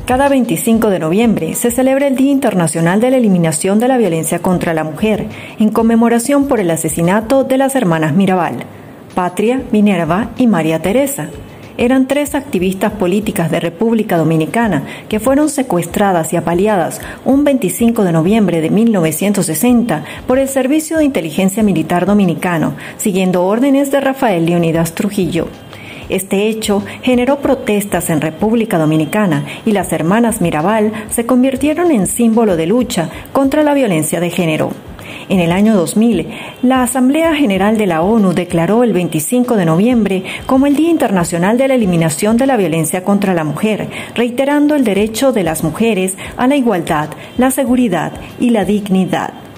Cada 25 de noviembre se celebra el Día Internacional de la Eliminación de la Violencia contra la Mujer, en conmemoración por el asesinato de las hermanas Mirabal, Patria, Minerva y María Teresa. Eran 3 activistas políticas de República Dominicana que fueron secuestradas y apaleadas un 25 de noviembre de 1960 por el Servicio de Inteligencia Militar Dominicano, siguiendo órdenes de Rafael Leónidas Trujillo. Este hecho generó protestas en República Dominicana y las hermanas Mirabal se convirtieron en símbolo de lucha contra la violencia de género. En el año 2000, la Asamblea General de la ONU declaró el 25 de noviembre como el Día Internacional de la Eliminación de la Violencia contra la Mujer, reiterando el derecho de las mujeres a la igualdad, la seguridad y la dignidad.